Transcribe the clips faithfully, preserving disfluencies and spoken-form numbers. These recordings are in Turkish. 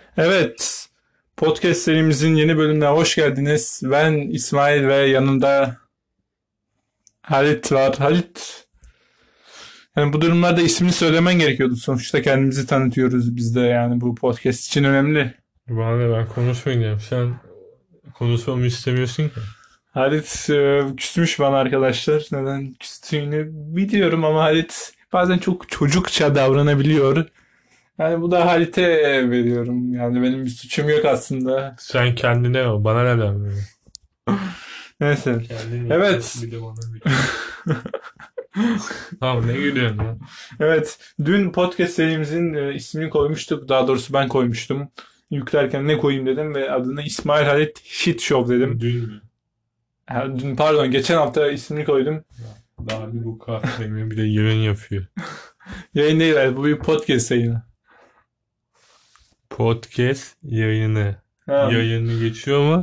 Evet, podcast serimizin yeni bölümüne hoş geldiniz. Ben İsmail ve yanımda Halit var. Halit, yani bu durumlarda ismini söylemen gerekiyordu. Sonuçta kendimizi tanıtıyoruz biz de, yani bu podcast için önemli. Bana ben konuşmayacağım. Sen konuşmamı istemiyorsun ki. Halit e, küsmüş bana arkadaşlar. Neden küstüğünü biliyorum ama Halit bazen çok çocukça davranabiliyor. Yani bu da Halit'e veriyorum. Yani benim bir suçum yok aslında. Sen kendine o. Bana neden böyle? Neyse. Kendin Evet. yapıyorsun bir de bana bir. Tamam ne gülüyorsun lan? Evet, dün podcast serimizin e, ismini koymuştuk. Daha doğrusu ben koymuştum. Yüklerken ne koyayım dedim ve adını İsmail Halit Shit Show dedim. Dün mü? Ha, dün, pardon, geçen hafta ismini koydum. Daha bir bu kahvemi bir de yayın yapıyor. Yayın değil, yani bu bir podcast yayını. Podcast yayını. Ha. Yayını geçiyor mu?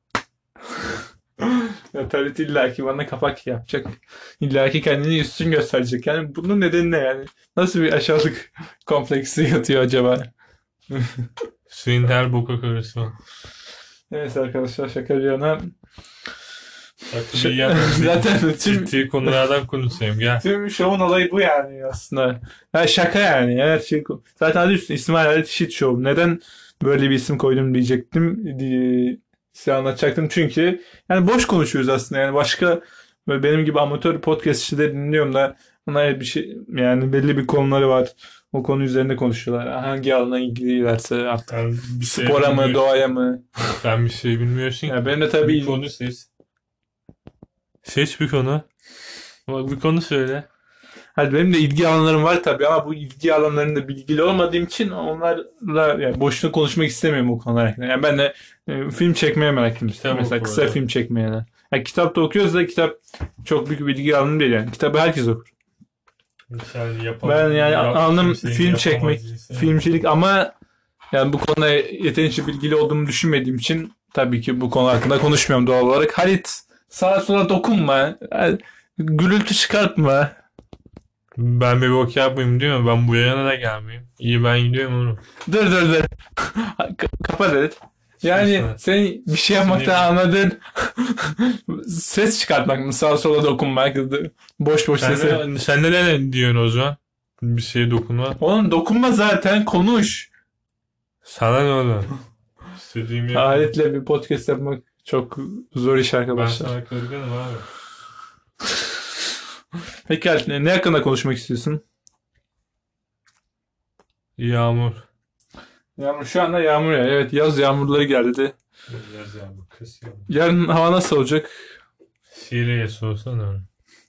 Ya, Halit illaki bana kapak yapacak. İllaki kendini üstün gösterecek. Yani bunun nedeni ne yani? Nasıl bir aşağılık kompleksi yatıyor acaba? Senin her boka karışma. Neyse arkadaşlar, şaka bir yana. Bak bir yana Zaten tüm ciddi konulardan konuşayım gel. Tüm şovun olayı bu yani aslında. Ha, şaka yani. Her şey. Zaten adı üstünde İsmail Halit Shit Show. Neden böyle bir isim koydum diyecektim. Diye size anlatacaktım. Çünkü yani boş konuşuyoruz aslında. Yani başka böyle benim gibi amatör podcastçileri dinliyorum da onlar bir şey, yani belli bir konuları var. O konu üzerinde konuşuyorlar. Hangi alana ilgililerse artık. Sen bir şey Spora mı, bilmiyorsun. doğaya mı? Sen bir şey bilmiyorsun ki. Yani benim de tabii Bir konu seç. Seç bir konu. Bak bir konu söyle. Hadi benim de ilgi alanlarım var tabii ama bu ilgi alanlarında bilgili olmadığım için onlarla yani boşuna konuşmak istemiyorum o konular hakkında. Yani ben de e, film çekmeye meraklıyım. Kitap Mesela oku kısa öyle. film çekmeye de. Yani kitap da okuyoruz da kitap çok büyük bir ilgi alanım değil yani. Kitabı herkes okur. Sen yapam Ben yani yap, alnım kimsenin film çekmek, yapamayacağını filmcilik ama yani bu konuda yeterince bilgili olduğumu düşünmediğim için tabii ki bu konu hakkında konuşmuyorum doğal olarak. Halit, sağa sola dokunma. Yani gürültü çıkartma. Ben bir bok yapmayayım diyor mu? Ben bu yayına da gelmeyeyim. İyi ben gidiyorum oğlum. Dur dur dur. Kapat et. Yani Sus lan. sen bir şey yapmaktan anladın. Ses çıkartmak mı? Sağa sola dokunmak. Boş boş Sen sese. de, sen de ne diyorsun o zaman? Bir şeye dokunma. Oğlum dokunma zaten, konuş. Sana ne oğlum? İstediğimi yapayım. Aletle bir podcast yapmak çok zor iş Ben arkadaşlar. sana kırgınım abi. Peki Halit, ne, ne hakkında konuşmak istiyorsun? Yağmur. Yağmur, şu anda yağmur ya. Evet, yaz yağmurları geldi. Yaz yağmur, kış yağmur. Yarın hava nasıl olacak? Şiir'e sorsana onu.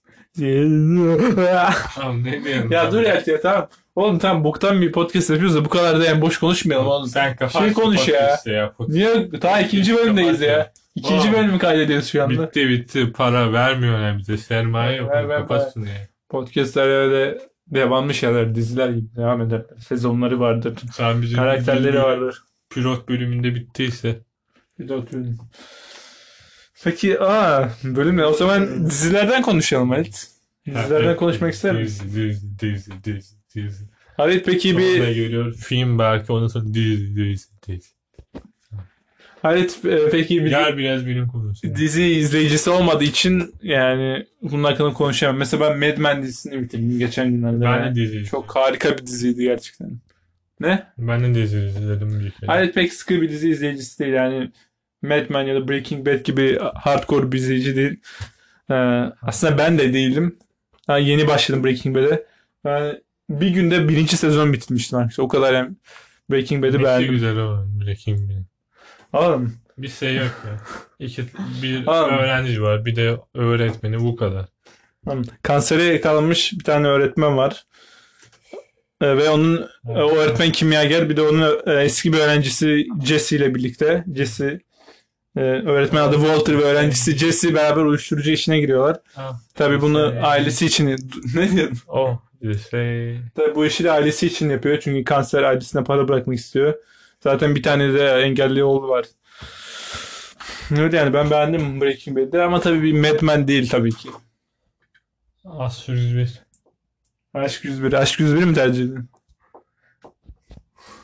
Tamam ne diyorsun? Ya dur ya, ya tamam. Oğlum tamam, boktan bir podcast yapıyoruz da bu kadar da yani boş konuşmayalım oğlum. Sen kapat. Şey konuş ya. Işte ya. Niye? Daha ikinci bölümdeyiz Kapat ya. İkinci Oğlum. bölümü kaydediyoruz şu anda. Bitti bitti. Para vermiyor yani bize. Sermaye yok. Ver, ver, ver. Kapat şunu ya. Podcastler öyle devamlı şeyler, diziler gibi devam eder. Sezonları vardır. Sen bizim Karakterleri bir vardır. pilot bölümünde bittiyse. Pilot bölüm. Peki aa bölüm ne? O zaman dizilerden konuşalım Halit. Dizilerden konuşmak ister misin? Dizi, dizi, dizi, dizi, dizi. Halit peki Sonra bir geliyor film belki ondan sonra dizi, dizi, dizi. Halit e, peki bir Gel biraz bilim konuşalım. dizi izleyicisi olmadığı için yani bunun hakkında konuşamam. Mesela ben Mad Men dizisini bitirdim geçen günlerde. Ben Yani de dizi izledim. çok harika bir diziydi gerçekten. Ne? Ben de dizi izledim bir kere. Halit pek sıkı bir dizi izleyicisi değil yani. Mad Men ya da Breaking Bad gibi hardcore bir izleyici değil. Ee, aslında ben de değilim. Ha, yeni başladım Breaking Bad'e. Yani bir günde birinci sezon bitirmiştim arkadaşlar. O kadar yani Breaking Bad'i Nesi beğendim. güzel o Breaking Bad'in. Anladın. Bir şey yok ya. İki, bir Anladım. öğrenci var bir de öğretmeni bu kadar. Kansere yakalanmış bir tane öğretmen var. Ee, ve onun e, o öğretmen kimyager, bir de onun e, eski bir öğrencisi Jesse ile birlikte. Jesse e, öğretmen adı Walter ve öğrencisi Jesse beraber uyuşturucu işine giriyorlar. Ha, Tabii bunu şey- ailesi için ne diyorum? O bir şey. Tabii bu işi de ailesi için yapıyor. Çünkü kanser ailesine para bırakmak istiyor. Zaten bir tane de engelli oğlu var. Öyle yani, ben beğendim Breaking Bad'i ama tabii bir Mad Men değil tabii ki. Az yüz bir. Aşk yüz bir. Aşk yüz bir mi tercih edin?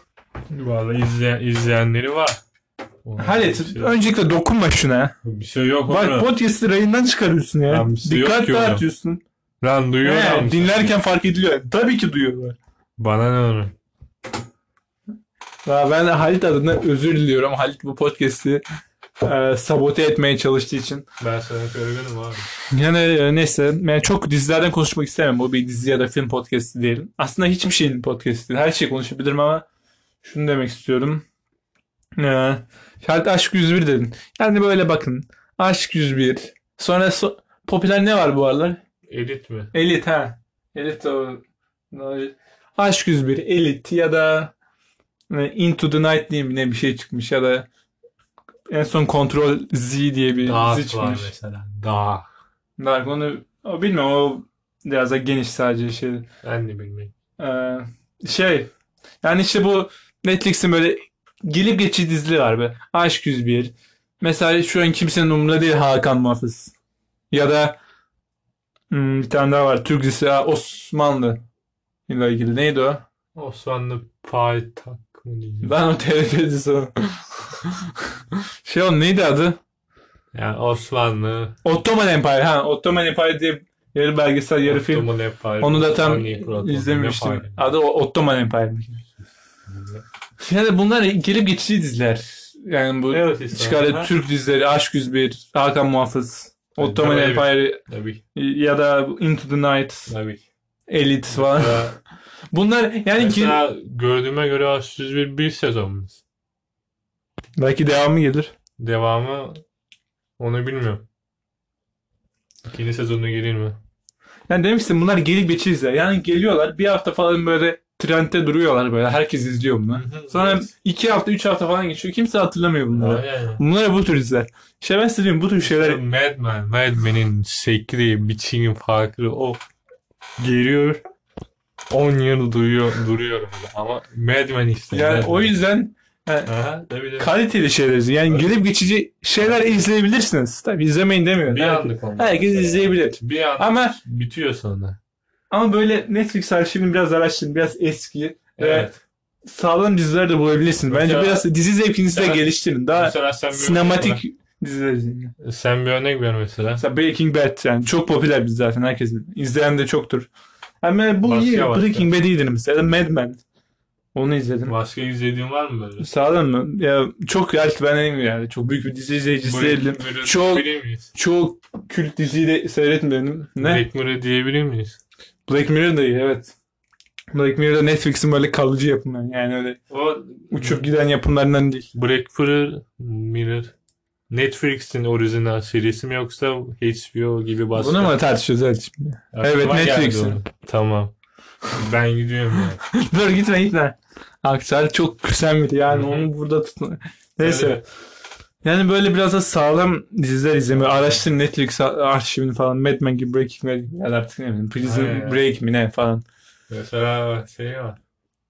Vallahi izleyen, izleyenleri var. Halit, Bir şey, öncelikle dokunma şuna. bir şey yok. Bak Bak, podcast'ı rayından çıkarıyorsun ya. Lan bir şey yok Dikkat ki oğlum. dağıtıyorsun. Lan duyuyor He, musun? dinlerken fark ediliyor. Tabii ki duyuyorlar. Bana ne onu? Ya ben Halit adına özür diliyorum. Halit bu podcast'i e, sabote etmeye çalıştığı için. Ben sana kırgınım abi. Yani e, neyse. Yani çok dizilerden konuşmak istemem. Bu bir dizi ya da film podcast'i değil. Aslında hiçbir şeyin podcast'i değil. Her şey konuşabilirim ama şunu demek istiyorum. Ee, Halit Aşk yüz bir dedin. Yani böyle bakın. Aşk yüz bir. Sonra so- popüler ne var bu aralar? Elit mi? Elit ha. Elit o. Aşk yüz bir. Elit ya da e, Into the Night diye mi ne bir şey çıkmış ya da en son Control Z diye bir dizi Dark var çıkmış. mesela. Dark. Dark onu o bilmiyorum o biraz da geniş sadece şey. Ben de bilmiyorum. Ee, şey yani işte bu Netflix'in böyle gelip geçici dizileri var be. Aşk yüz bir. Mesela şu an kimsenin umurunda değil Hakan Muhafız. Ya da hmm, bir tane daha var. Türk dizisi ha, Osmanlı ile ilgili. Neydi o? Osmanlı paytak mı diyeceğim? Ben o T R T dizisi o. Şey o neydi adı? Yani Osmanlı. Ottoman Empire. Ha, Ottoman Empire diye yarı belgesel yarı film. Ottoman Empire, Onu da tam Osmanlı İmparatorluğu izlemiştim. Empire. Adı o- Ottoman Empire. Yani bunlar gelip geçici diziler. Yani bu Evet işte. çıkarı Ha? Türk dizileri Aşk yüz bir, Hakan Muhafız, Yani Ottoman tabii. Empire Tabii. ya da Into the Night, Tabii. Elite falan. Mesela, Bunlar yani ki mesela gördüğüme göre Aşk yüz bir bir sezonmuş. belki devamı gelir. Devamı onu bilmiyorum. İkinci sezonu gelir mi? Yani demek istedim bunlar gelip geçici diziler. Yani geliyorlar bir hafta falan böyle trendde duruyorlar böyle. Herkes izliyor bunu. Sonra Evet. iki hafta üç hafta falan geçiyor. Kimse hatırlamıyor bunları. Aynen. Bunlar bu tür diziler. İşte ben size diyeyim bu tür şeyler Mad Men, Mad Men'in şekli, biçimi farklı. O geliyor. on yıl duyuyor, duruyorum. Ama Mad Men işte. yani Mad o Men. yüzden Aha, tabii tabii. kaliteli şeyler izleyin. Yani gelip geçici şeyler izleyebilirsiniz. Tabii izlemeyin demiyorum. Bir Herkes, anlık onlar. herkes mesela. izleyebilir. Bir an Ama bitiyor sonra. ama böyle Netflix arşivini biraz araştırın. Biraz eski ve Evet. sağlam diziler de bulabilirsiniz. Bence Mesela- biraz dizi zevkinizi de Evet. geliştirin. Daha Mesela sen bir sinematik diziler izleyin. örnek ver. Sen bir örnek ver mesela. Mesela Breaking Bad yani çok popüler bir dizi zaten herkes bilir. İzleyen de çoktur. Ama bu Başka iyi. başka. Breaking Bad iyidir mesela. Mad Men. Onu izledim. Başka izlediğin var mı böyle? Sağlam mı? Ya çok belki ben en yani çok büyük bir dizi izleyicisi değilim. Breaking Bad'i Çok diyebilir miyiz? çok kült diziyi de seyretmedim. Ne? Black Mirror diyebilir miyiz? Black Mirror da iyi evet. Black Mirror da Netflix'in böyle kalıcı yapımı. Yani öyle O uçup giden yapımlarından değil. Black Mirror, Mirror Netflix'in orijinal serisi mi yoksa H B O gibi başka? Bunu mu tartışıyoruz evet şimdi? Aklıma Evet, geldi Netflix'in. o. Tamam. Ben gidiyorum ya. Dur gitme gitme. Aksar çok küsen biri yani onu burada tutma. Neyse. Evet. Yani böyle biraz da sağlam diziler izlemeyi araştırın Netflix arşivini falan. Mad Men gibi Breaking Bad ya da artık ne bileyim Prison Aynen. Break mi ne falan. Mesela şey var.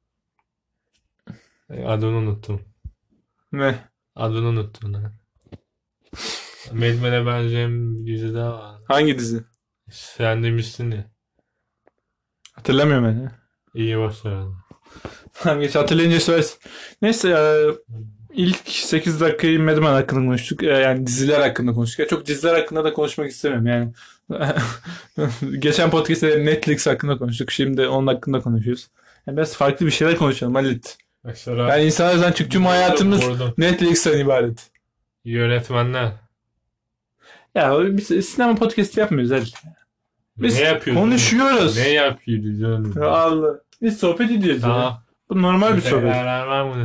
Adını unuttum. Ne? Adını unuttum. Ha. Mad Men'e benzeyen bir dizi daha var. Hangi dizi? Sen demiştin ya. Hatırlamıyorum ben ya. İyi başladın. Tamam geç hatırlayınca söylesin. Neyse e, ilk sekiz dakikayı Mad Men hakkında konuştuk. E, yani diziler hakkında konuştuk. Ya çok diziler hakkında da konuşmak istemiyorum yani. Geçen podcast'te Netflix hakkında konuştuk. Şimdi onun hakkında konuşuyoruz. Yani biraz farklı bir şeyler konuşalım Halit. Mesela Yani insanlar zaten tüm hayatımız Vurdum. Netflix'ten ibaret. Yönetmenler. Ya biz sinema podcast'i yapmıyoruz Halit. Biz ne yapıyorsun? konuşuyoruz. Ne yapıyorsun canım? Ya Allah. Biz sohbet ediyoruz. ya. Tamam. Bu normal bir sohbet. Var mı?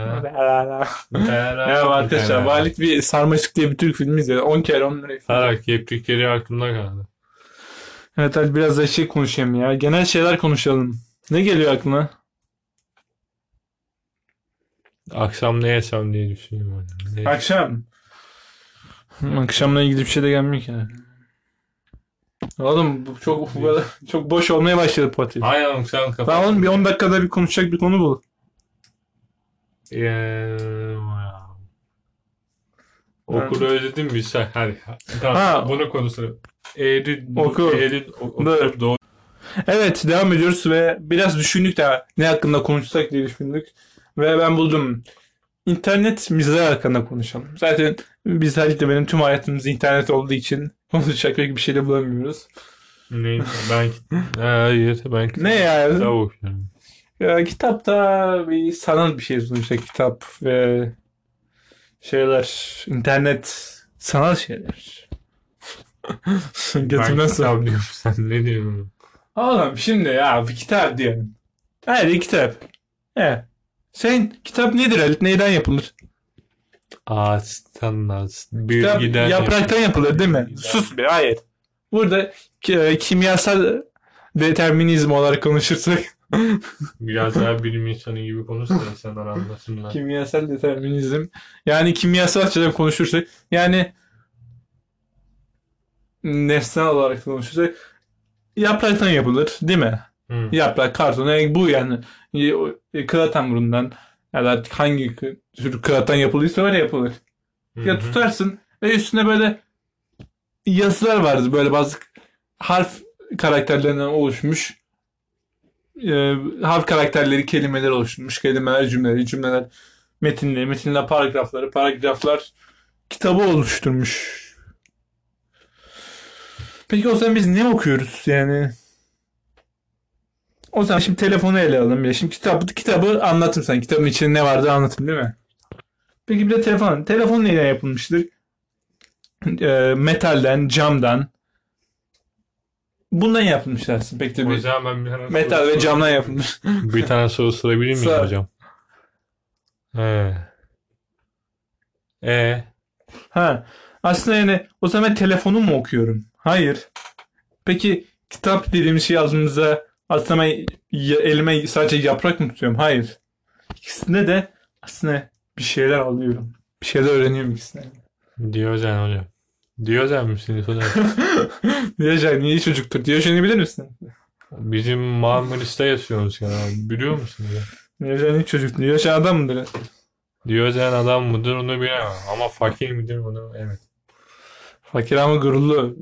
Ya arkadaşlar Valit bir Sarmaşık diye bir Türk filmi izledi. on kere on lira. Sarak keplikleri aklımda kaldı. Evet hadi biraz da şey konuşayım ya. Genel şeyler konuşalım. Ne geliyor aklına? Akşam ne yesem diye düşünüyorum. Ne- Akşam. Hı, Akşamla ilgili bir şey de gelmiyor ki. Oğlum bu çok çok boş olmaya başladı podcast. Aynen akşam kapat. Tamam oğlum bir on dakikada bir konuşacak bir konu bul. Eee, Okulu özledim bir şey. Hadi. Tamam, Ha. bunu konuşalım. Eylül, Oku. Eylül, o- Dur. okul doğru. Evet devam ediyoruz ve biraz düşündük de ne hakkında konuşsak diye düşündük. Ve ben buldum. İnternet mizahı hakkında konuşalım. Zaten biz Halit'le benim tüm hayatımız internet olduğu için konuşacak pek bir şey de bulamıyoruz. Ne? Ben hayır ben Ne yani? kitap okuyorum. Ya, kitap da bir sanal bir şey sonuçta, kitap ve şeyler, internet sanal şeyler. Ben Götümden sonra. kitap diyorum, sen ne diyorsun? Oğlum şimdi ya bir kitap diyelim. Hadi kitap. He. Sen kitap nedir Halit? Neyden yapılır? Ağaçtan ağaç. Kitap Bilgiden yapraktan yapılır değil mi? Bilgiden. Sus be, hayır. Burada ki- kimyasal determinizm olarak konuşursak Biraz daha bilim insanı gibi konuşsa insanlar anlasınlar. kimyasal determinizm, yani kimyasal açıdan konuşursak, yani nesnel olarak konuşursak yapraktan yapılır değil mi? Hı. Yaprak, karton, yani bu yani e, kağıt ya da hangi k- tür kağıttan yapıldıysa öyle yapılır. Hı Ya hı. tutarsın ve üstüne böyle yazılar vardır, böyle bazı harf karakterlerinden oluşmuş, e, harf karakterleri, kelimeler oluşturmuş, kelimeler, cümleleri, cümleler, metinleri, metinler, paragrafları, paragraflar kitabı oluşturmuş. Peki o zaman biz ne okuyoruz yani? O zaman şimdi telefonu ele alalım ya. Şimdi kitabı, kitabı anlatım sen. Kitabın içinde ne vardı anlatım değil mi? Peki bir de telefon. Telefon neyden yapılmıştır? E, metalden, camdan. Bundan yapılmışlar aslında. Peki de bir Hocam ben bir tane metal soru ve camdan sorabilir yapılmış. miyim? Bir tane soru sorabilir miyim Sor. hocam? He. E Ha. Aslında yani o zaman ben telefonu mu okuyorum? Hayır. Peki kitap dediğimiz şey yazdığımızda aslında ben ya- elime sadece yaprak mı tutuyorum? Hayır. İkisinde de aslında bir şeyler alıyorum. Bir şeyler öğreniyorum ikisinde. Diyojen hocam. Diyojen misiniz hocam? Diyojen niye çocuktur? Diyojen'i bilir misin? Bizim Marmaris'te yaşıyoruz ya. Biliyor musun ya? Diyojen hiç çocuk. Diyojen adam mıdır? Diyojen adam mıdır onu bilemem. Ama fakir midir onu evet. Fakir ama gururlu.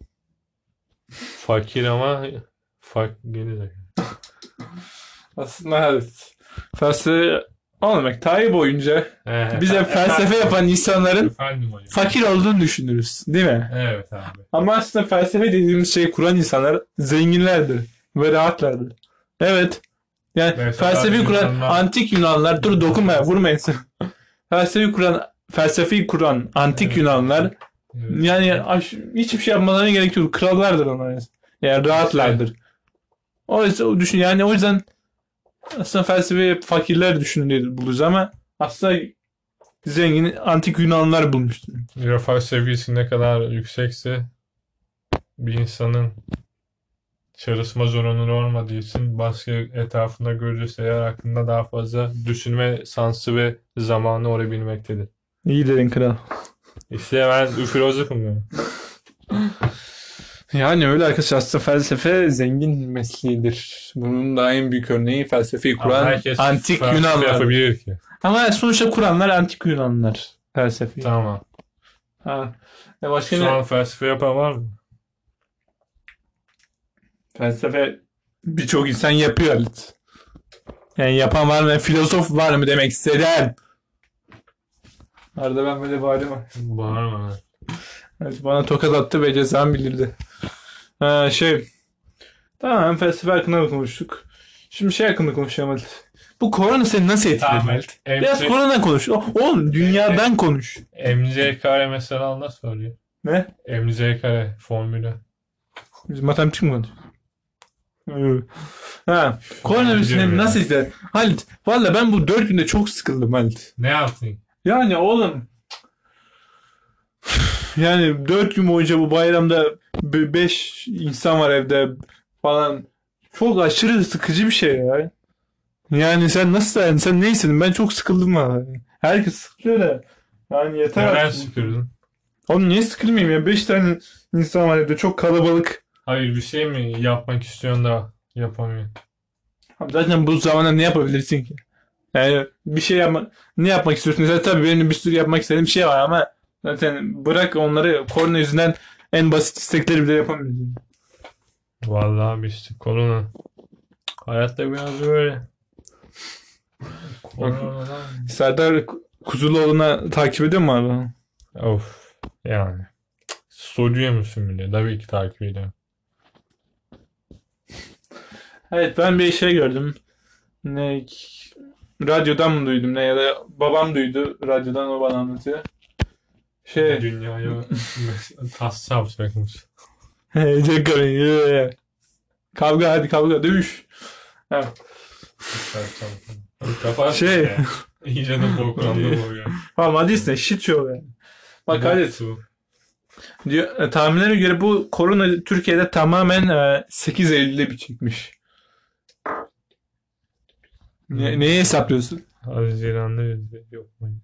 Fakir ama fak gene de. Aslında evet. Felsefe olmak tarih boyunca He, bize efendim- felsefe yapan insanların Efendim hocam. fakir olduğunu düşünürüz. Değil mi? Evet abi. Ama aslında felsefe dediğimiz şeyi kuran insanlar zenginlerdir ve rahatlardır. Evet. Yani Mesela felsefeyi kuran Yunanlar- antik Yunanlar, dur dokunma, vurmayın. Felsefeyi kuran felsefeyi kuran antik Evet. Yunanlar, Evet. yani aş- hiçbir şey yapmalarına gerek yok. Krallardır onlar. Yani rahatlardır. O yüzden o düşün yani o yüzden aslında felsefe hep fakirler düşünülür buluruz ama aslında zengin antik Yunanlar bulmuştur. Refah seviyesi ne kadar yüksekse bir insanın çalışma zorunlu olmadığı için baskı etrafında görücü şeyler hakkında daha fazla düşünme sansı ve zamanı olabilmektedir. İyi dedin kral. İşte ben filozofum ya. Yani öyle arkadaşlar, aslında felsefe zengin mesleğidir. Bunun da en büyük örneği felsefeyi Ama kuran herkes antik felsefe Yunanlar. yapabilir ki. Ama sonuçta kuranlar antik Yunanlar felsefeyi. Tamam. Ha. E başka Şu ne? an felsefe yapan var mı? Felsefe birçok insan yapıyor Halit. Yani yapan var mı? Filozof var mı demek istedim. Arada ben böyle bağırıyorum. Bağırma. Evet, bana tokat attı ve cezam bildirdi. Ha, şey. Tamam, felsefe hakkında konuştuk. Şimdi şey hakkında konuşalım Halit. Bu korona seni nasıl etkiledi Tamam. Halit? Biraz M- koronadan konuş. O- Oğlum dünyadan konuş. M C kare mesela nasıl oluyor? Ne? M C kare formülü. Biz matematik mi konuşuyoruz? Ha, koronavirüs Biliyorum seni ya. nasıl etkiledi? Halit, valla ben bu dört günde çok sıkıldım Halit. Ne yaptın? Yani oğlum, yani dört gün boyunca bu bayramda be- beş insan var evde falan. Çok aşırı sıkıcı bir şey ya. Yani sen nasıl, yani sen ne istedin? Ben çok sıkıldım ha. Herkes sıkılıyor da. Yani yeter Neden artık. sıkıldın? Oğlum niye sıkılmayayım ya? Beş tane insan var evde, çok kalabalık. Hayır bir şey mi yapmak istiyorsun da yapamıyorsun? Abi zaten bu zamanda ne yapabilirsin ki? Yani bir şey yapma, ne yapmak istiyorsun? Mesela tabii benim bir sürü yapmak istediğim şey var ama zaten bırak onları, korona yüzünden en basit istekleri bile yapamıyoruz. Vallahi bir işte korona. Hayatta biraz böyle. Koronadan. Serdar Kuzuloğlu'na takip ediyor mu abi? Of. Yani. Soruyor musun bile? Tabii ki takip ediyorum. Evet, ben bir şey gördüm. Ne radyodan mı duydum ne, ya da babam duydu radyodan, o bana anlatıyor. Şey Dünyaya tas yapacakmış. Çok komik. Kavga, hadi kavga, dövüş. Ha, Kapat Şey. işte. İyice de boklandı bu ya. Tamam hadi işte shit show yani. Bak hadi. Boksu. Diyor, e, tahminlere göre bu korona Türkiye'de tamamen e, sekiz Eylül'de bitecekmiş. Ne, Hmm. neyi hesaplıyorsun? Haziran'da yüzde yok mu?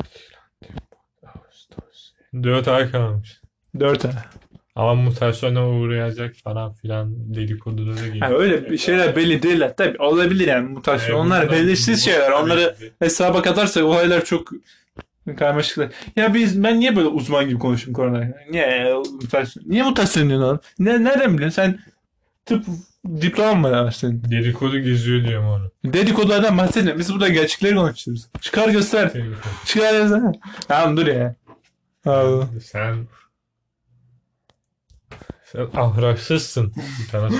Ağustos. Dört ay kalmış. dört ay. Ama mutasyona uğrayacak falan filan dedikoduları da geliyor. Yani öyle bir şeyler belli değiller. Tabii olabilir yani mutasyon. Yani Onlar bunlar- belirsiz şeyler. bunlar Onları belli. hesaba katarsak olaylar çok karmaşıklar. Ya biz, ben niye böyle uzman gibi konuşuyorum koronayla? Niye mutasyon? Niye mutasyon diyorsun oğlum? Ne, nereden biliyorsun? Sen tıp diploman mı var senin? Dedikodu geziyor diyorum onu. Dedikodulardan bahsetme. Biz burada gerçekleri konuşuyoruz. Çıkar göster. Çıkar göster. Tamam dur ya. Allah. Sen sen ahlaksızsın. Bir tane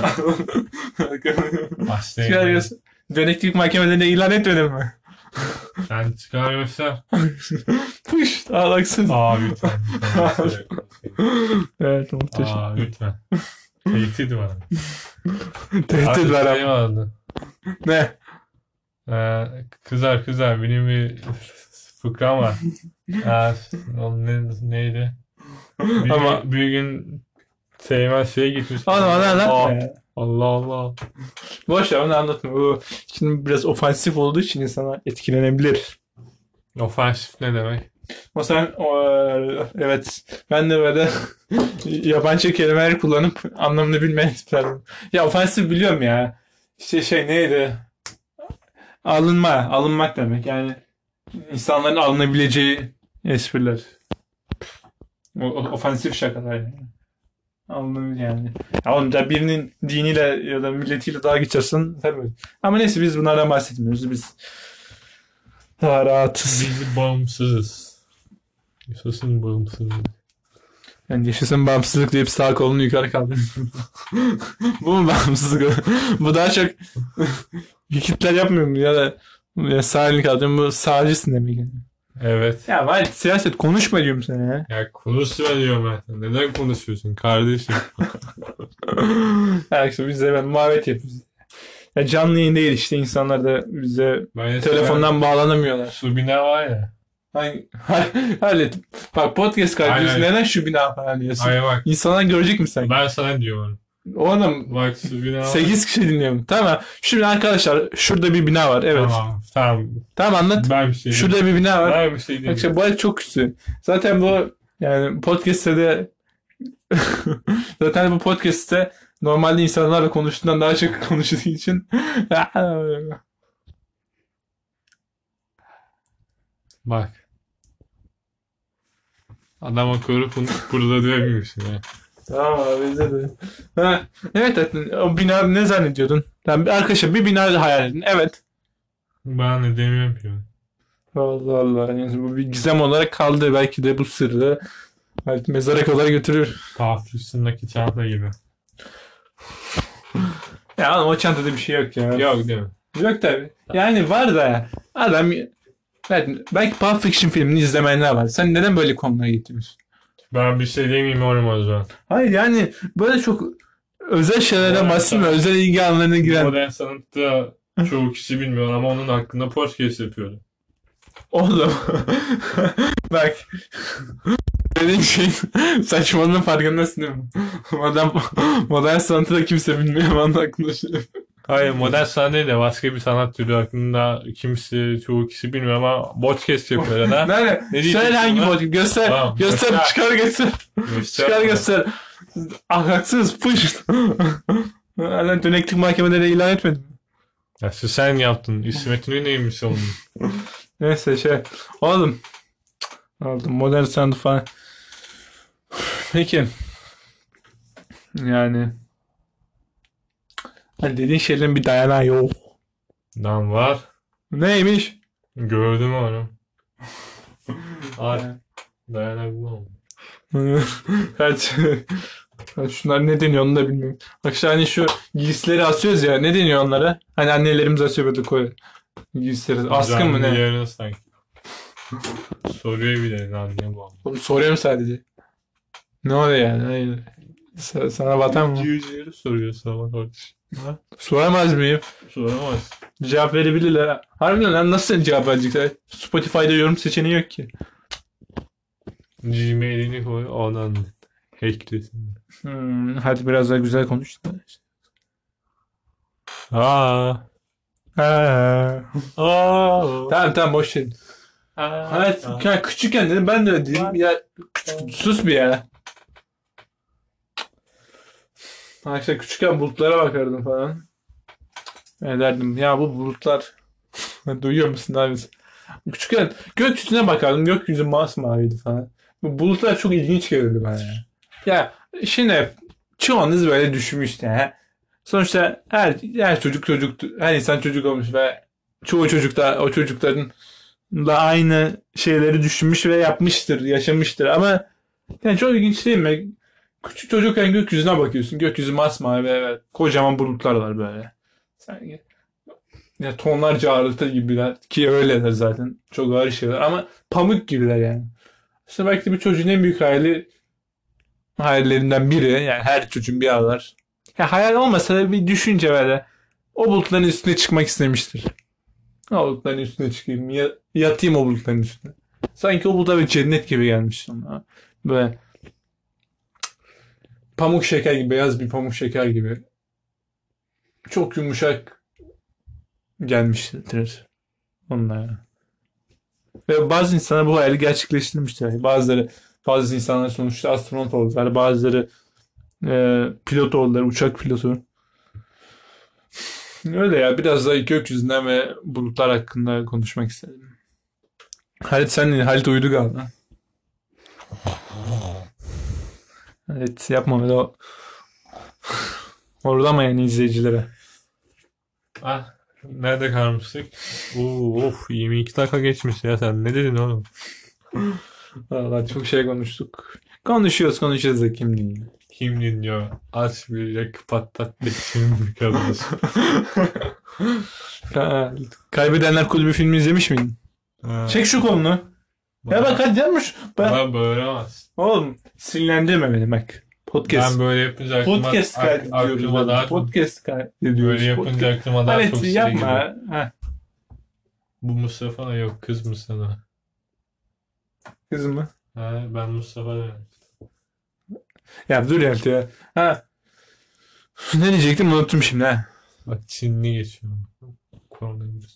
Hastayım. Çıkar göster. Döneklik mahkemelerinde ilan etmedin mi? Sen çıkar göster. Pış. Ağlaksın. Aa lütfen. lütfen. Evet, muhteşem. Aa lütfen. Tehdit var. Tehdit var Şey ama. vardı. Ne? Ee, kızar kızar benim bir fıkram var. Ee, o ne, neydi? Bir, Ama- gün, bir gün Seymen şeye gitmiş. Oğlum onu Aa, anlatma ya. Allah Allah. Boş ver, onu anlatma. Bu şimdi biraz ofansif olduğu için insana etkilenebilir. Ofansif ne demek? O sen o, evet, ben de böyle yabancı kelimeler kullanıp anlamını bilmeyen tiplerdim. Ya ofansif biliyorum ya. İşte şey neydi? Alınma, alınmak demek. Yani insanların alınabileceği espriler. O, o- ofansif şakalar yani. Alınır yani. Ya oğlum da birinin diniyle ya da milletiyle daha geçersin tabii. Ama neyse, biz bunlardan bahsetmiyoruz. Biz daha rahatız. Biz bağımsızız. Yaşasın bağımsızlık. Yani yaşasın bağımsızlık deyip sağ kolunu yukarı kaldırıyorsun. Bu mu bağımsızlık? Bu daha çok Hitler yapmıyor mu? Ya da ya sağ elini kaldırıyor. Bu sağcısın demek yani. Evet. Ya var siyaset konuşma diyorum sana ya. Ya konuşma diyorum ben. Neden konuşuyorsun kardeşim? Ya işte biz de ben muhabbet yapıyoruz. Ya canlı yayın değil işte, insanlar da bize Ben telefondan bağlanamıyorlar. Su bina var ya. Hangi, hallet. Bak podcast kaydediyorsun. Hayır, hayır. Neden şu bina falan diyorsun? Hayır bak. İnsanlar görecek mi sen? Ben sana diyorum. Oğlum Bak su bina var. sekiz kişi dinliyorum. Tamam. Şimdi arkadaşlar şurada bir bina var. Evet. Tamam, Tamam. Tamam. anlat. Ben bir şey diyeyim. Şurada bir bina var. Ben bir şey Bak diyeyim. işte bu çok üstü. Zaten bu yani podcast'te de zaten bu podcast'te normalde insanlarla konuştuğundan daha çok konuştuğu için Bak. Adam akıllı burada diyemiyorsun ya. tamam abi, bize de. Ha, evet, evet, o bina ne zannediyordun? Yani arkadaşlar bir bina hayal edin. Evet. Ben de demiyorum ki. Allah Allah. Yani bu bir gizem olarak kaldı. Belki de bu sırrı belki mezara kadar götürür. Tahta üstündeki çanta gibi. Ya oğlum, o çantada bir şey yok ya. Yok değil mi? Yok tabii. Yani var da adam, evet, belki Pulp Fiction filmini izlemeyenler var. Sen neden böyle konulara getiriyorsun? Ben bir şey demeyeyim oğlum o zaman. Hayır yani böyle çok özel şeylerden Evet, bahsetmiyor. evet. Özel ilgi alanlarına giren. Modern sanatta çoğu kişi bilmiyor ama onun hakkında podcast yapıyordu. Oğlum. Bak. Dediğin şey saçmalığın farkındasın değil mi? Modern, modern sanatı da kimse bilmiyor ama onun hakkında şey. Hayır modern sanat değil de başka bir sanat türü hakkında kimse çoğu kişi bilmiyor ama podcast yapıyor da. Nerede? Ne diyeceksin Söyle hangi lan? podcast? Göster. Tamam, göster. göster. Çıkar göster. Çıkar göster. Ahlaksız. Pış. Hala döneklik mahkemelerine ilan etmedim. Ya şu sen yaptın. İsmet'in neymiş onun? Neyse şey. Oğlum. Aldım. Modern sanat falan. Peki. Yani. Hani dediğin şeylerin bir dayanağı yok. Lan var. Neymiş? Gördüm onu. Ay, dayanabiliyorum. Kaç. Ha, şunlar ne deniyor onu da bilmiyorum. Bak işte hani şu giysileri asıyoruz ya. Ne deniyor onlara? Hani annelerimiz asıyor böyle koy. Giysileri. Askı mı Canlı ne? yayını sanki. Soruyor bile anne bu. Oğlum soruyorum sadece. Ne oluyor yani? Hayır. Sa- Sana vatan mı? Yüzleri soruyor sabah kardeşim. Ha? Soramaz mıyım? Soramaz. Cevap verebilirler. Harbiden lan nasıl cevap verecekler? Spotify'da yorum seçeneği yok ki. Gmail'ini koy oradan hacklesin. Hmm, hadi biraz daha güzel konuş. Aa. Ha. Aa. Tamam tamam boş ver. Evet, ya küçükken dedim ben de öyle dedim. Ya küçük, sus bir ya. Ha işte küçükken bulutlara bakardım falan. Ne derdim ya bu bulutlar duyuyor musun abi? Küçükken gökyüzüne bakardım. Gökyüzü masmaviydi falan. Bu bulutlar çok ilginç gelirdi bana ya. Ya şimdi çoğunuz böyle düşünmüş ya. Sonuçta her, her çocuk çocuk her insan çocuk olmuş ve çoğu çocuk da o çocukların da aynı şeyleri düşünmüş ve yapmıştır, yaşamıştır. Ama yani çok ilginç değil mi? Küçük çocukken gökyüzüne bakıyorsun. Gökyüzü masmavi ve evet, kocaman bulutlar var böyle. Sanki ya tonlarca ağırlıkta gibiler ki öyleler zaten. Çok ağır şeyler ama pamuk gibiler yani. İşte belki de bir çocuğun en büyük hayali hayallerinden biri yani her çocuğun bir ağlar. Ya hayal olmasa da bir düşünce böyle o bulutların üstüne çıkmak istemiştir. O bulutların üstüne çıkayım. Ya, yatayım o bulutların üstüne. Sanki o buluta bir cennet gibi gelmiş ona. Böyle pamuk şeker gibi, beyaz bir pamuk şeker gibi. Çok yumuşak gelmiştir onlara. Ve bazı insanlar bu hayali gerçekleştirmiştir. Bazıları, bazı insanlar sonuçta astronot oldular. Bazıları e, pilot oldular, uçak pilotu. Öyle ya, biraz da gökyüzünden ve bulutlar hakkında konuşmak istedim. Halit sen de, Halit uyudu galiba. Evet yapma öyle o. Horlama yani izleyicilere. Ah, nerede kalmıştık? Oo, of yirmi iki dakika geçmiş ya sen ne dedin oğlum? Valla çok şey konuştuk. Konuşuyoruz konuşuyoruz da kim dinliyor? Kim dinliyor? Aç bir yak patlat geçsin bir kardeş. Ha, Kaybedenler Kulübü filmi izlemiş miydin? Ha, Çek şu kolunu. Ya bak hadi yanmış. Ben... bana bağıramaz. Oğlum sinirlendirme beni bak. Podcast. Ben böyle yapınca aklıma, Podcast ak- kaydediyoruz. aklıma daha çok, Podcast kaydediyoruz. böyle yapınca aklıma daha Evet çok şey yapma. geliyor. Ha, Bu Mustafa mı yok kız mı sana? kızım mı? Ha, ben Mustafa dedim. Ya dur ya. ya. Ha. Ne diyecektim unuttum şimdi ha. Bak Çinli geçiyor. Koronavirüs.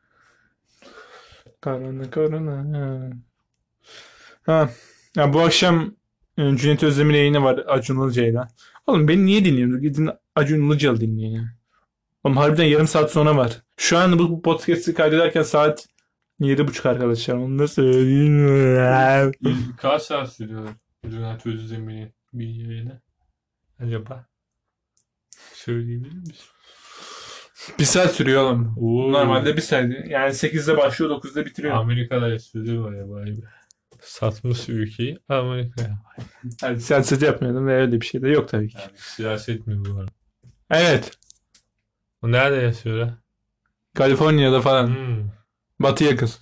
Korona korona. Ha. Ha. Ya bu akşam e, Cüneyt Özdemir'in yayını var Acun Ilıcalı'yla. Oğlum beni niye dinliyorsun? Gidin Acun Ilıcalı dinleyin ya. Oğlum harbiden yarım saat sonra var. Şu an bu bu podcast'i kaydederken saat yedi buçuk arkadaşlar. Onu da söyleyeyim. İlk kaç saat sürüyor Cüneyt Özdemir'in bir yayını? Acaba? Söyleyebilir misin? Bir saat sürüyor oğlum. Oo. Normalde bir saat. Yani sekizde başlıyor dokuzda bitiriyor. Amerika'da sürüyor ya vay be. Satmış ülkeyi Amerika'ya. Yani siyaset yapmıyordum ve öyle bir şey de yok tabii ki. Yani siyaset mi bu arada? Evet. O nerede yaşıyor ha? Kaliforniya'da falan. Hmm. Batı yakın.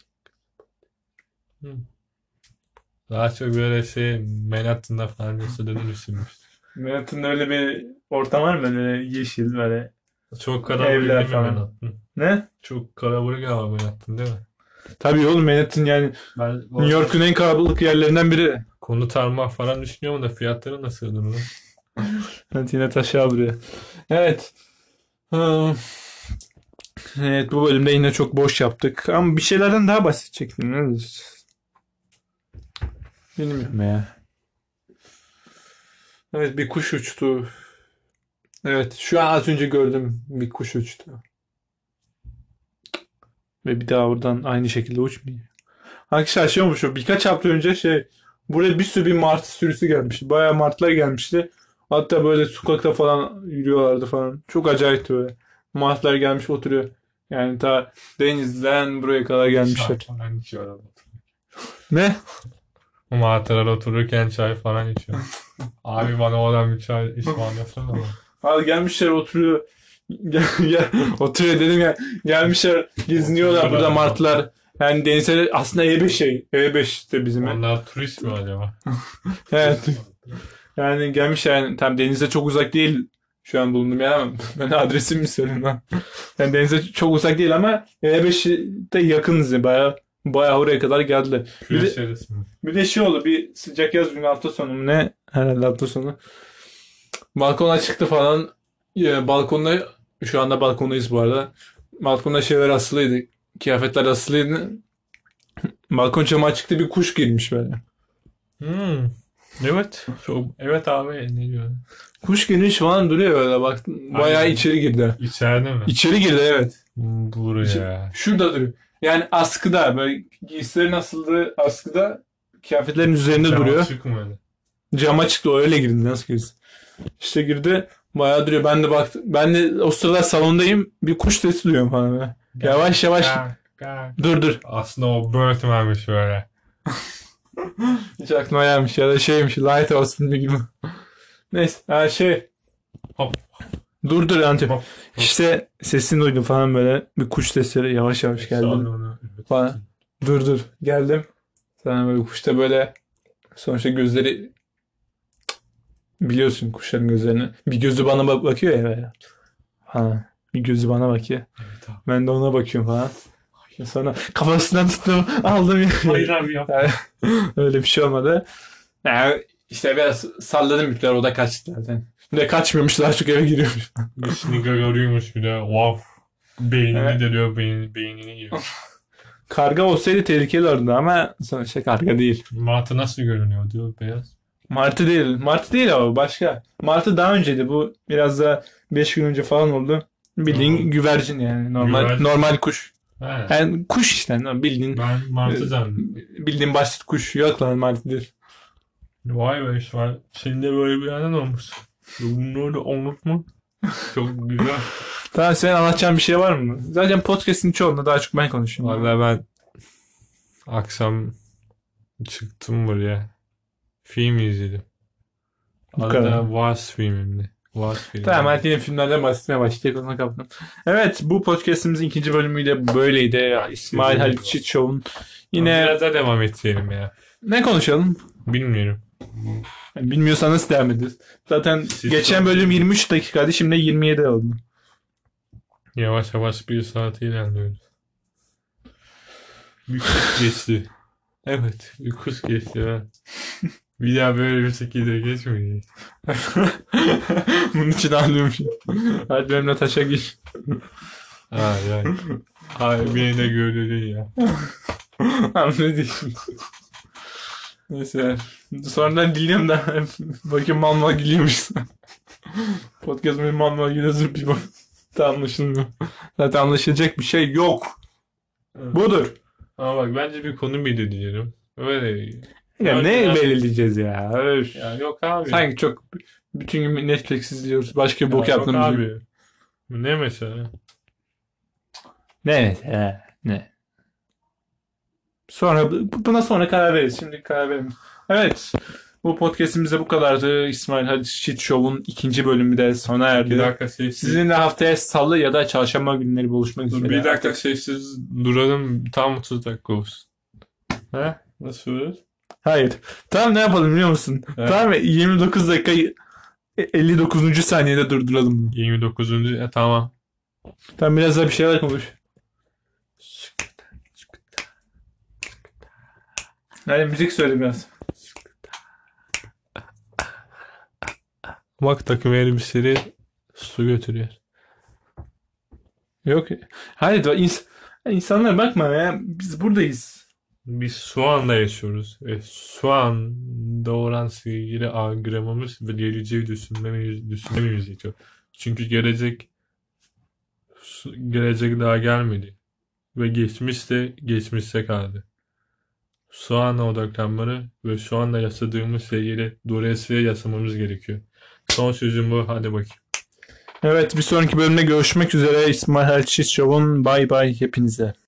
Hmm. Daha çok böyle şey Manhattan'da falan yaşadığını düşünmüştüm. Manhattan'da öyle bir ortam var mı? Böyle yeşil böyle. Çok kalabalık Evler değil mi falan. Manhattan? Ne? Çok kalabalık ama Manhattan değil mi? Tabii oğlum Manhattan yani Ben New York'un en kalabalık yerlerinden biri. konut almak falan düşünüyorum da fiyatları nasıl durumda? Evet yine taşa buraya. Evet. Ha, evet bu bölümde yine çok boş yaptık. Ama bir şeylerden daha bahsedecektim. Nedir? Bilmiyorum ya. Evet bir kuş uçtu. Evet şu an az önce gördüm bir kuş uçtu. Ve bir daha oradan aynı şekilde uçmuyor. Arkadaşlar şey olmuş o birkaç hafta önce şey buraya bir sürü bir martı sürüsü gelmişti. Bayağı martılar gelmişti. Hatta böyle sokakta falan yürüyorlardı falan. Çok acayipti böyle. Martılar gelmiş oturuyor. Yani ta denizden buraya kadar gelmişler. Çay falan içiyor. Ne? Hatıralar otururken çay falan içiyor. Abi bana oradan bir çay ısmarlasana. Abi gelmişler oturuyor. Gel, gel, oturuyor dedim ya. Gelmişler geziniyorlar burada Oturuyorlar. martılar. Yani denize aslında E beş şey. E beş işte bizim. Onlar turist mi acaba? Evet. Yani gelmişler yani tam denize çok uzak değil şu an bulunduğum yer ama ben adresimi mi söyleyeyim lan? Yani denize çok uzak değil ama E beş'te yakınız ya. Baya baya oraya kadar geldiler. Bir de, Küresel mi? bir de şey oldu bir sıcak yaz günü hafta sonu mu ne? Herhalde hafta sonu. Balkona çıktı falan. Ya, balkonda şu anda balkondayız bu arada. Balkonda şeyler asılıydı. Kıyafetler asılıydı. Balkon camı açıktı bir kuş girmiş böyle. Hmm. Evet. Çok, evet abi ne diyor? Kuş girmiş falan duruyor böyle bak. Bayağı Aynen. içeri girdi. İçeride mi? İçeri girdi evet. Hmm, Buraya. Şurada duruyor. Yani askıda böyle giysilerin asıldığı askıda kıyafetlerin üzerinde Cam duruyor. açık mı öyle? Cama çıktı o öyle girdi nasıl girsin. İşte girdi bayağı duruyor. Ben de baktım. Ben de o sırada salondayım. Bir kuş sesi duyuyorum falan böyle. Yavaş yavaş Gak, gak. dur dur. Aslında o Birdman'miş böyle. Hiç aklıma gelmiş ya da şeymiş Lighthouse filmi gibi. Neyse ha şey Hop. dur dur Antep. Hop. İşte sesini duydum falan böyle bir kuş sesleri yavaş yavaş geldi Sonra onu- evet. falan. Dur dur geldim. Sonra böyle kuş da böyle sonuçta gözleri biliyorsun kuşların gözlerini. Bir gözü bana bak bakıyor ya böyle. Ha, bir gözü bana bakıyor. Evet abi. Ben de ona bakıyorum falan. Sonra kafasından tuttum aldım. Hayır abi yap. Yani öyle bir şey olmadı. Yani işte biraz salladım ipler o da kaçtı zaten. Bir de kaçmıyormuş daha çok eve giriyormuş. Dişini görüyormuş bir de. Wow. Beynini Evet. deliyor, beynini, beynini yiyor. Karga olsaydı tehlikeli olurdu ama sonuçta karga değil. Martı nasıl görünüyor diyor beyaz. Martı değil. Martı değil ama başka. Martı daha önceydi. Bu biraz da beş gün önce falan oldu. Bildiğin Tamam. güvercin yani. Normal Güvercin. normal kuş. He. Yani kuş işte. Bildiğin Ben martı zannettim. bildiğin basit kuş. Yok lan martı değil. Vay be İsmail. Senin de böyle bir yerden olmuş. Bunları da unutma. Çok güzel. Tamam senin anlatacağın bir şey var mı? Zaten podcast'in çoğunda daha çok ben konuşuyorum. Vallahi ben akşam çıktım buraya. Film izledim. Bu Adı kadar. da Wars filmimdi. Wars filmi. Tamam hadi yine filmlerden bahsetmeye başlayalım. Onu kapatalım. Evet bu podcast'imizin ikinci bölümüyle böyleydi. İsmail Halit Çit Show'un. Yine Biraz daha devam etselim ya. ne konuşalım? Bilmiyorum. Yani bilmiyorsan nasıl devam ederiz? Zaten Siz geçen sorun. bölüm yirmi üç dakikaydı. Şimdi yirmi yedi oldu. Yavaş yavaş bir saate ilerliyoruz. Bir kız geçti. Evet, bir kız geçti. Evet. Bir daha böyle bir şekilde geçmeyecek. Bunun için ağlıyormuşum. Hadi benimle taşa gir. Hayır hayır. Hayır beni de gördü ya. Abi ne diyeyim. Neyse. Sonradan dinliyorum da bakayım mal mal gülüyormuş. Podcast'ın mal mal gülüyor zırt bir bak. Da anlaşılmıyor. Zaten anlaşılacak bir şey yok. Budur. Ama bak bence bir konu belirleyelim. Öyle. Ya Hadi ne ya. belirleyeceğiz ya? Öf. Ya yok abi. Sanki çok bütün gün Netflix izliyoruz. Başka bir bok Ya yok yaptığımız gibi. abi. Ne mesela? Ne? He, ne? Sonra bu- buna sonra karar veririz. Şimdi karar verelim. Evet. Bu podcast'imiz de bu kadardı. İsmail Halit Shit Show'un ikinci bölümü de sona erdi. Bir dakika sessiz. Sizinle haftaya salı ya da çarşamba günleri buluşmak Dur, üzere. bir dakika sessiz duralım. Tam otuz dakika olsun. He? Nasıl olur? Hayır. Tamam ne yapalım biliyor musun? Evet. Tamam yirmi dokuz dakika elli dokuzuncu saniyede durduralım. yirmi dokuzuncu E, tamam. Tamam biraz daha bir şeyler konuş. Hadi müzik söyle biraz. Bak takım elbiseleri su götürüyor. Yok. Hayır ins insanlar bakma ya. Biz buradayız. Biz şu anda yaşıyoruz ve şu anda olan sevgili algılamamız ve geleceği düşünmemiz, düşünmemiz gerekiyor. Çünkü gelecek gelecek daha gelmedi ve geçmiş de geçmişte kaldı. Şu ana odaklanmalı ve şu anda yaşadığımız şeyleri dolayısıyla yaşamamız gerekiyor. Son sözüm bu. Hadi bakayım. Evet, bir sonraki bölümde görüşmek üzere. İsmail Halit Show'un bay bay hepinize.